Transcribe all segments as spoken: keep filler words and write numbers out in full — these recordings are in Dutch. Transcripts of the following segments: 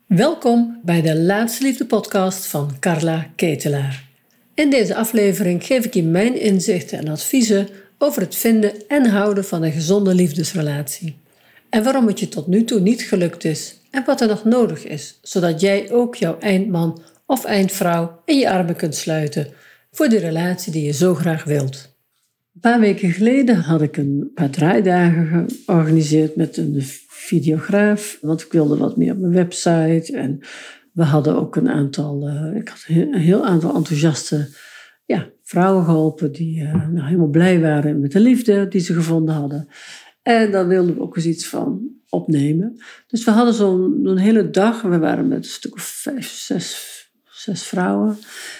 Welkom bij de Laatste Liefde podcast van Carla Ketelaar. In deze aflevering geef ik je mijn inzichten en adviezen over het vinden en houden van een gezonde liefdesrelatie. En waarom het je tot nu toe niet gelukt is en wat er nog nodig is, zodat jij ook jouw eindman of eindvrouw in je armen kunt sluiten voor die relatie die je zo graag wilt. Een paar weken geleden had ik een paar draaidagen georganiseerd met een videograaf, want ik wilde wat meer op mijn website. En we hadden ook een aantal, uh, ik had een heel aantal enthousiaste ja, vrouwen geholpen die uh, nou, helemaal blij waren met de liefde die ze gevonden hadden. En daar wilden we ook eens iets van opnemen. Dus we hadden zo'n een hele dag, we waren met een stuk of vijf, zes, zes vrouwen.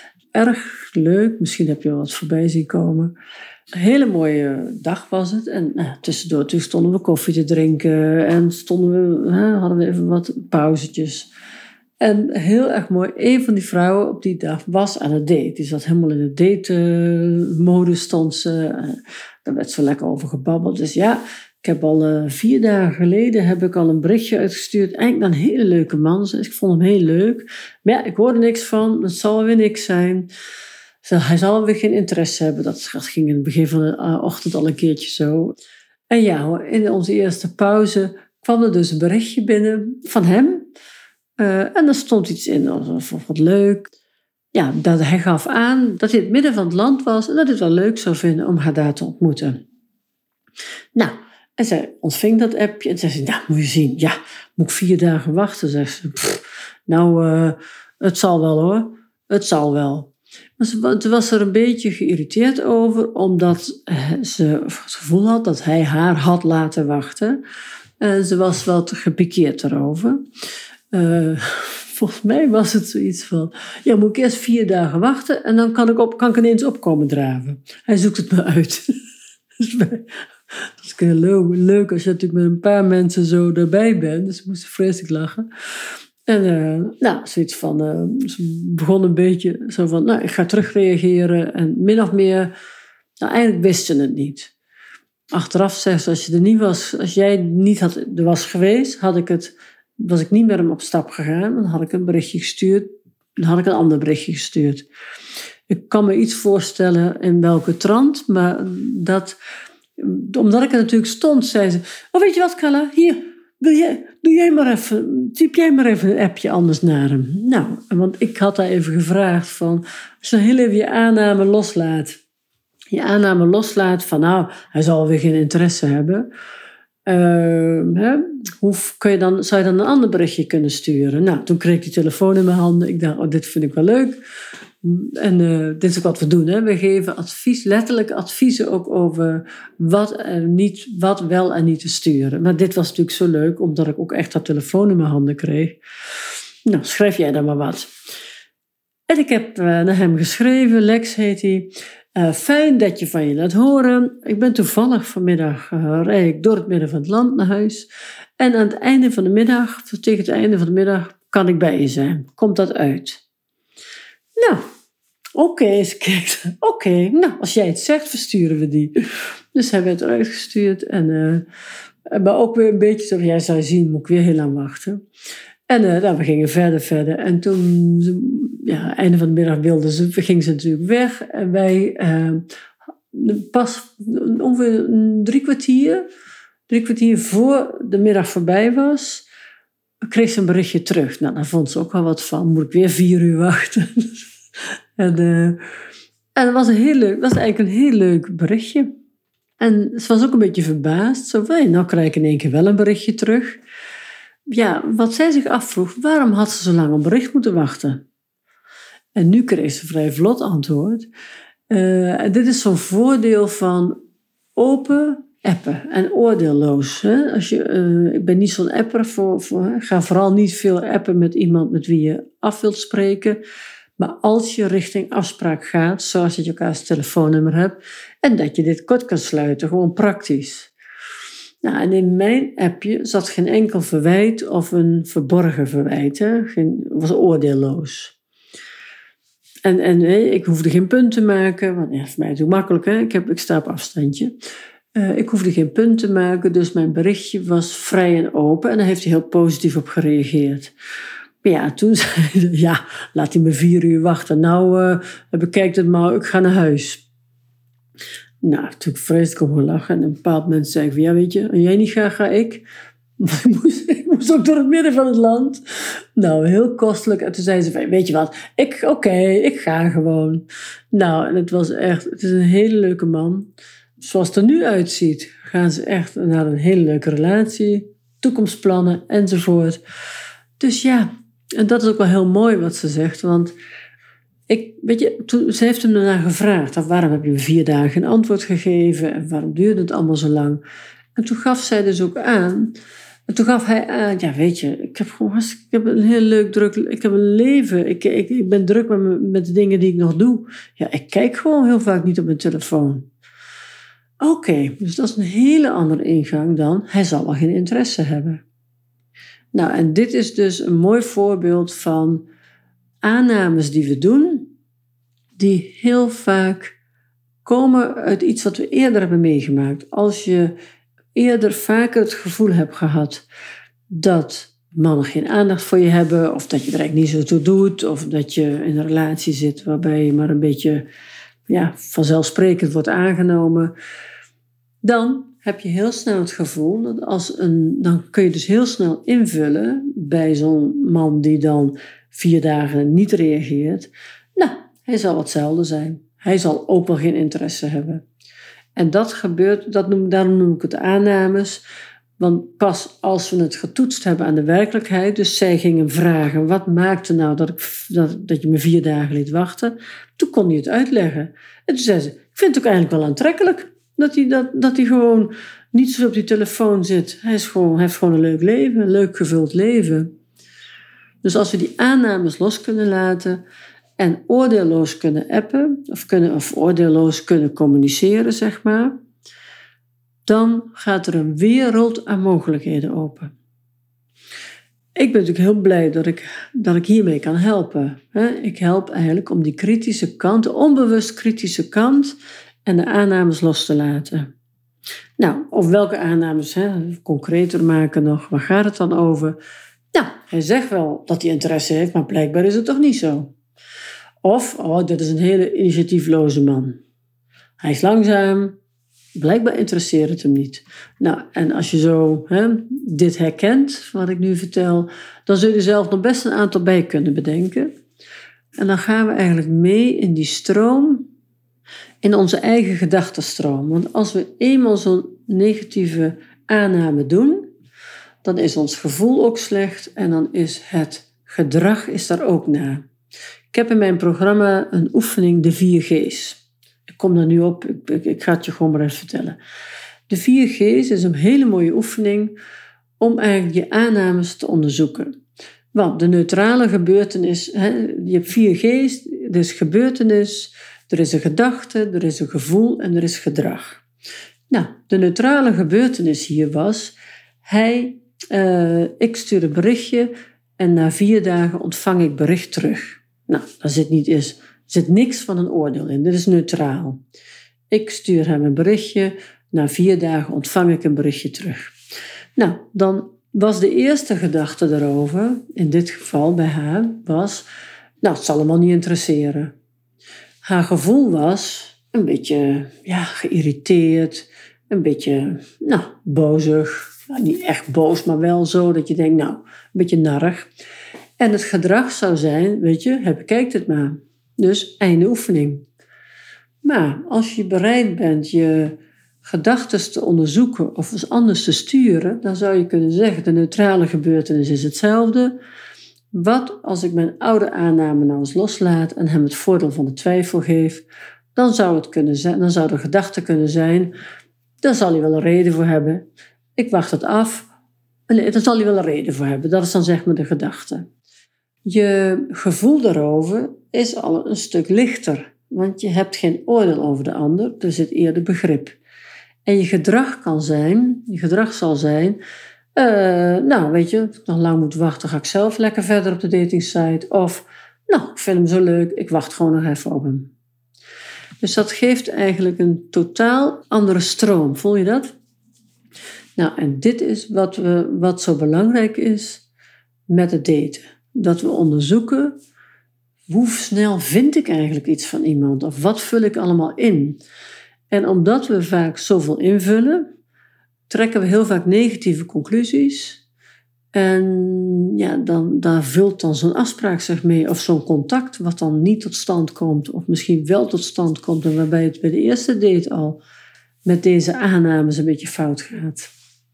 Erg leuk, misschien heb je wel wat voorbij zien komen. Een hele mooie dag was het. En nou, tussendoor toen stonden we koffie te drinken. En stonden we, hè, hadden we even wat pauzetjes. En heel erg mooi. Een van die vrouwen op die dag was aan het date. Die zat helemaal in de date-modus stond ze. Daar werd zo lekker over gebabbeld. Dus ja, ik heb al uh, vier dagen geleden heb ik al een berichtje uitgestuurd. Eigenlijk naar een hele leuke man. Dus ik vond hem heel leuk. Maar ja, ik hoorde niks van. Het zal weer niks zijn. Hij zal weer geen interesse hebben. Dat ging in het begin van de ochtend al een keertje zo. En ja, in onze eerste pauze kwam er dus een berichtje binnen van hem. Uh, en er stond iets in, of wat leuk. Ja, dat hij gaf aan dat hij in het midden van het land was en dat hij het wel leuk zou vinden om haar daar te ontmoeten. Nou, en zij ontving dat appje en zei ze, nou, moet je zien, ja, moet ik vier dagen wachten? Zegt ze, pff, nou, uh, het zal wel hoor, het zal wel. Maar ze, ze was er een beetje geïrriteerd over, omdat ze het gevoel had dat hij haar had laten wachten. En ze was wat gepikeerd erover. Uh, volgens mij was het zoiets van, ja, moet ik eerst vier dagen wachten en dan kan ik, op, kan ik ineens opkomen draven. Hij zoekt het me uit. Dat is heel leuk, leuk als je natuurlijk met een paar mensen zo erbij bent. Dus we moesten vreselijk lachen. En uh, nou, zoiets van, uh, ze begon een beetje zo van, nou, ik ga terugreageren. En min of meer, nou, eigenlijk wist ze het niet. Achteraf zegt ze, als je er niet was, als jij niet had, er was geweest, had ik het, was ik niet met hem op stap gegaan. Dan had ik een berichtje gestuurd, dan had ik een ander berichtje gestuurd. Ik kan me iets voorstellen in welke trant, maar dat, omdat ik er natuurlijk stond, zei ze, oh weet je wat Carla, hier, Doe jij, doe jij maar even, typ jij maar even een appje anders naar hem. Nou, want ik had daar even gevraagd van, als je heel even je aanname loslaat. Je aanname loslaat van, nou, hij zal weer geen interesse hebben. Uh, hè? Hoe kun je dan, zou je dan een ander berichtje kunnen sturen? Nou, toen kreeg ik die telefoon in mijn handen. Ik dacht, oh, dit vind ik wel leuk. En uh, dit is ook wat we doen. Hè? We geven advies, letterlijk adviezen ook over wat, en niet, wat wel en niet te sturen. Maar dit was natuurlijk zo leuk, omdat ik ook echt dat telefoon in mijn handen kreeg. Nou, schrijf jij dan maar wat. En ik heb uh, naar hem geschreven, Lex heet hij. Uh, fijn dat je van je laat horen. Ik ben toevallig vanmiddag, uh, rijd ik door het midden van het land naar huis. En aan het einde van de middag, tegen het einde van de middag, kan ik bij je zijn. Komt dat uit? Nou, oké, okay, ze kijkt. Oké, okay, nou, als jij het zegt, versturen we die. Dus hij werd eruit gestuurd. En, uh, maar ook weer een beetje zo, jij zou zien, moet ik weer heel lang wachten. En uh, nou, we gingen verder, verder. En toen, ja, einde van de middag wilden ze, ging ze natuurlijk weg. En wij, uh, pas ongeveer drie kwartier, drie kwartier voor de middag voorbij was, kreeg ze een berichtje terug. Nou, daar vond ze ook wel wat van. Moet ik weer vier uur wachten? en, uh, en dat was, een heel leuk, was eigenlijk een heel leuk berichtje. En ze was ook een beetje verbaasd. Zo van, nou krijg ik in één keer wel een berichtje terug. Ja, wat zij zich afvroeg, waarom had ze zo lang op bericht moeten wachten? En nu kreeg ze vrij vlot antwoord. Uh, en dit is zo'n voordeel van open appen en oordeelloos. Hè? Als je, uh, ik ben niet zo'n apper. Voor, voor, ga vooral niet veel appen met iemand met wie je af wilt spreken. Maar als je richting afspraak gaat, zoals dat je elkaars telefoonnummer hebt, en dat je dit kort kan sluiten, gewoon praktisch. Nou, en in mijn appje zat geen enkel verwijt of een verborgen verwijt. Hè? Geen, was oordeelloos. En, en nee, ik hoefde geen punt te maken, want ja, voor mij is het makkelijk, hè? Ik, heb, ik sta op afstandje. Uh, ik hoefde geen punt te maken, dus mijn berichtje was vrij en open en daar heeft hij heel positief op gereageerd. Maar ja, toen zei hij, ja, laat hij me vier uur wachten. Nou, uh, bekijk het maar, ik ga naar huis. Nou, toen vreselijk om gelachen. En een bepaald moment zei ik van, ja, weet je, en jij niet gaat, ga ik. Maar ik moest, ik moest ook door het midden van het land. Nou, heel kostelijk. En toen zei ze van, weet je wat, ik, oké, okay, ik ga gewoon. Nou, en het was echt, het is een hele leuke man. Zoals het er nu uitziet, gaan ze echt naar een hele leuke relatie. Toekomstplannen enzovoort. Dus ja, en dat is ook wel heel mooi wat ze zegt. Want ik, weet je, toen, ze heeft hem daarna gevraagd. Waarom heb je me vier dagen geen antwoord gegeven? En waarom duurde het allemaal zo lang? En toen gaf zij dus ook aan. En toen gaf hij aan, ja weet je, ik heb gewoon ik heb een heel leuk druk, ik heb een leven. Ik, ik, ik ben druk met, me, met de dingen die ik nog doe. Ja, ik kijk gewoon heel vaak niet op mijn telefoon. Oké, okay, dus dat is een hele andere ingang dan, hij zal wel geen interesse hebben. Nou, en dit is dus een mooi voorbeeld van aannames die we doen, die heel vaak komen uit iets wat we eerder hebben meegemaakt. Als je eerder vaker het gevoel hebt gehad dat mannen geen aandacht voor je hebben, of dat je er eigenlijk niet zo toe doet, of dat je in een relatie zit waarbij je maar een beetje ja, vanzelfsprekend wordt aangenomen, dan heb je heel snel het gevoel dat als een, dan kun je dus heel snel invullen bij zo'n man die dan vier dagen niet reageert. Nou, hij zal hetzelfde zijn. Hij zal ook wel geen interesse hebben. En dat gebeurt, dat noem, daarom noem ik het aannames. Want pas als we het getoetst hebben aan de werkelijkheid, dus zij gingen vragen, wat maakte nou dat, ik, dat, dat je me vier dagen liet wachten? Toen kon hij het uitleggen. En toen zei ze, ik vind het ook eigenlijk wel aantrekkelijk dat hij, dat, dat hij gewoon niet zo op die telefoon zit. Hij, is gewoon, hij heeft gewoon een leuk leven, een leuk gevuld leven. Dus als we die aannames los kunnen laten en oordeelloos kunnen appen, of, kunnen, of oordeelloos kunnen communiceren, zeg maar, dan gaat er een wereld aan mogelijkheden open. Ik ben natuurlijk heel blij dat ik, dat ik hiermee kan helpen. Ik help eigenlijk om die kritische kant, de onbewust kritische kant en de aannames los te laten. Nou, of welke aannames, hè, concreter maken nog, waar gaat het dan over? Nou, hij zegt wel dat hij interesse heeft, maar blijkbaar is het toch niet zo. Of, oh, dit is een hele initiatiefloze man. Hij is langzaam, blijkbaar interesseert het hem niet. Nou, en als je zo hè, dit herkent, wat ik nu vertel, dan zul je zelf nog best een aantal bij kunnen bedenken. En dan gaan we eigenlijk mee in die stroom, in onze eigen gedachtenstroom. Want als we eenmaal zo'n negatieve aanname doen, dan is ons gevoel ook slecht en dan is het gedrag is daar ook na. Ik heb in mijn programma een oefening, de vier G's. Ik kom daar nu op, ik, ik, ik ga het je gewoon maar even vertellen. De vier G's is een hele mooie oefening om eigenlijk je aannames te onderzoeken. Want de neutrale gebeurtenis, hè, je hebt vier G's, er is gebeurtenis, er is een gedachte, er is een gevoel en er is gedrag. Nou, de neutrale gebeurtenis hier was, hij, uh, ik stuur een berichtje en na vier dagen ontvang ik bericht terug. Nou, daar zit, niet eens, zit niks van een oordeel in, dit is neutraal. Ik stuur hem een berichtje, na vier dagen ontvang ik een berichtje terug. Nou, dan was de eerste gedachte daarover, in dit geval bij haar, was, nou, het zal hem wel niet interesseren. Haar gevoel was een beetje ja, geïrriteerd, een beetje nou, bozig. Nou, niet echt boos, maar wel zo dat je denkt, nou, een beetje narrig. En het gedrag zou zijn, weet je, hij bekijkt het maar. Dus einde oefening. Maar als je bereid bent je gedachten te onderzoeken of eens anders te sturen, dan zou je kunnen zeggen, de neutrale gebeurtenis is hetzelfde. Wat als ik mijn oude aanname nou eens loslaat en hem het voordeel van de twijfel geef, dan zou het kunnen zijn, dan zou de gedachte kunnen zijn, daar zal hij wel een reden voor hebben. Ik wacht het af, en daar zal hij wel een reden voor hebben. Dat is dan zeg maar de gedachte. Je gevoel daarover is al een stuk lichter, want je hebt geen oordeel over de ander, er zit eerder begrip. En je gedrag kan zijn, je gedrag zal zijn, Uh, nou, weet je, als ik nog lang moet wachten, ga ik zelf lekker verder op de datingsite. Of, nou, ik vind hem zo leuk, ik wacht gewoon nog even op hem. Dus dat geeft eigenlijk een totaal andere stroom. Voel je dat? Nou, en dit is wat, we, wat zo belangrijk is met het daten. dat we onderzoeken hoe snel vind ik eigenlijk iets van iemand of wat vul ik allemaal in. En omdat we vaak zoveel invullen, trekken we heel vaak negatieve conclusies. En ja, dan, daar vult dan zo'n afspraak zich mee of zo'n contact wat dan niet tot stand komt of misschien wel tot stand komt en waarbij het bij de eerste date al met deze aannames een beetje fout gaat.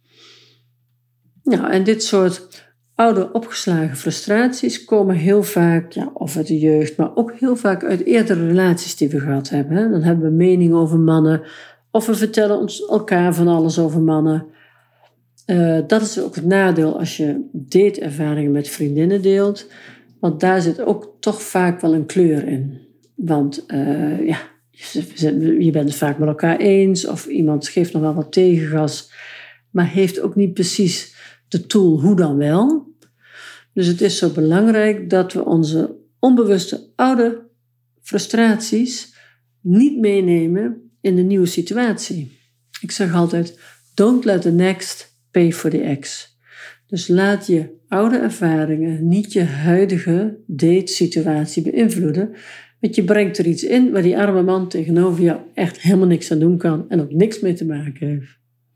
Nou, en dit soort oude opgeslagen frustraties komen heel vaak, ja, of uit de jeugd, maar ook heel vaak uit eerdere relaties die we gehad hebben. Hè. Dan hebben we mening over mannen, of we vertellen ons elkaar van alles over mannen. Uh, dat is ook het nadeel als je dateervaringen met vriendinnen deelt, want daar zit ook toch vaak wel een kleur in. Want uh, ja, je bent het vaak met elkaar eens, of iemand geeft nog wel wat tegengas, maar heeft ook niet precies de tool hoe dan wel. Dus het is zo belangrijk dat we onze onbewuste oude frustraties niet meenemen in de nieuwe situatie. Ik zeg altijd, don't let the next pay for the ex. Dus laat je oude ervaringen niet je huidige date-situatie beïnvloeden, want je brengt er iets in waar die arme man tegenover jou echt helemaal niks aan doen kan en ook niks mee te maken heeft.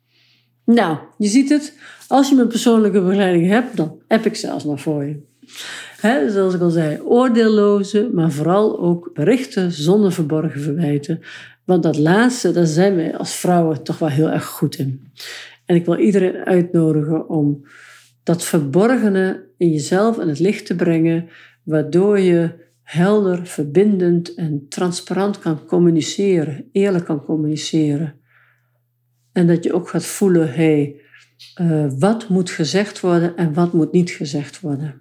Nou, je ziet het. Als je mijn persoonlijke begeleiding hebt, dan app ik zelfs maar voor je. He, zoals ik al zei, oordeelloze, maar vooral ook berichten zonder verborgen verwijten. Want dat laatste, daar zijn wij als vrouwen toch wel heel erg goed in. En ik wil iedereen uitnodigen om dat verborgene in jezelf in het licht te brengen, waardoor je helder, verbindend en transparant kan communiceren, eerlijk kan communiceren. En dat je ook gaat voelen, hé, hey, uh, wat moet gezegd worden en wat moet niet gezegd worden.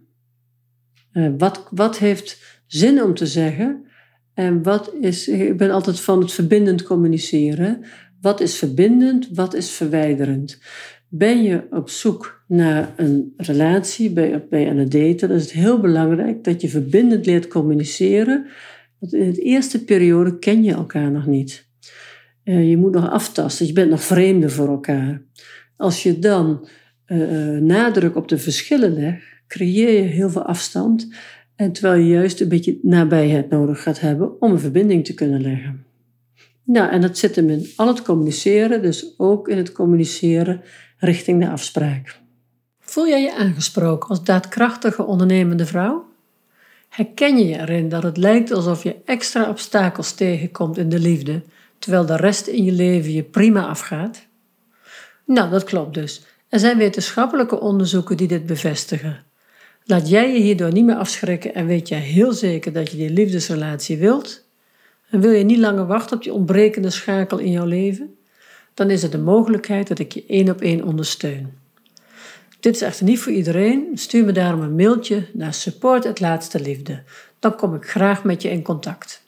Uh, wat, wat heeft zin om te zeggen en wat is, ik ben altijd van het verbindend communiceren. Wat is verbindend, wat is verwijderend? Ben je op zoek naar een relatie, ben je, ben je aan het daten, dan is het heel belangrijk dat je verbindend leert communiceren. Want in de eerste periode ken je elkaar nog niet. Uh, je moet nog aftasten, je bent nog vreemde voor elkaar. Als je dan uh, nadruk op de verschillen legt, creëer je heel veel afstand. En terwijl je juist een beetje nabijheid nodig gaat hebben om een verbinding te kunnen leggen. Nou, en dat zit hem in al het communiceren, dus ook in het communiceren richting de afspraak. Voel jij je aangesproken als daadkrachtige ondernemende vrouw? Herken je je erin dat het lijkt alsof je extra obstakels tegenkomt in de liefde, terwijl de rest in je leven je prima afgaat? Nou, dat klopt dus. Er zijn wetenschappelijke onderzoeken die dit bevestigen. Laat jij je hierdoor niet meer afschrikken en weet jij heel zeker dat je die liefdesrelatie wilt? En wil je niet langer wachten op die ontbrekende schakel in jouw leven? Dan is er de mogelijkheid dat ik je één op één ondersteun. Dit is echter niet voor iedereen. Stuur me daarom een mailtje naar support at laatste liefde. Dan kom ik graag met je in contact.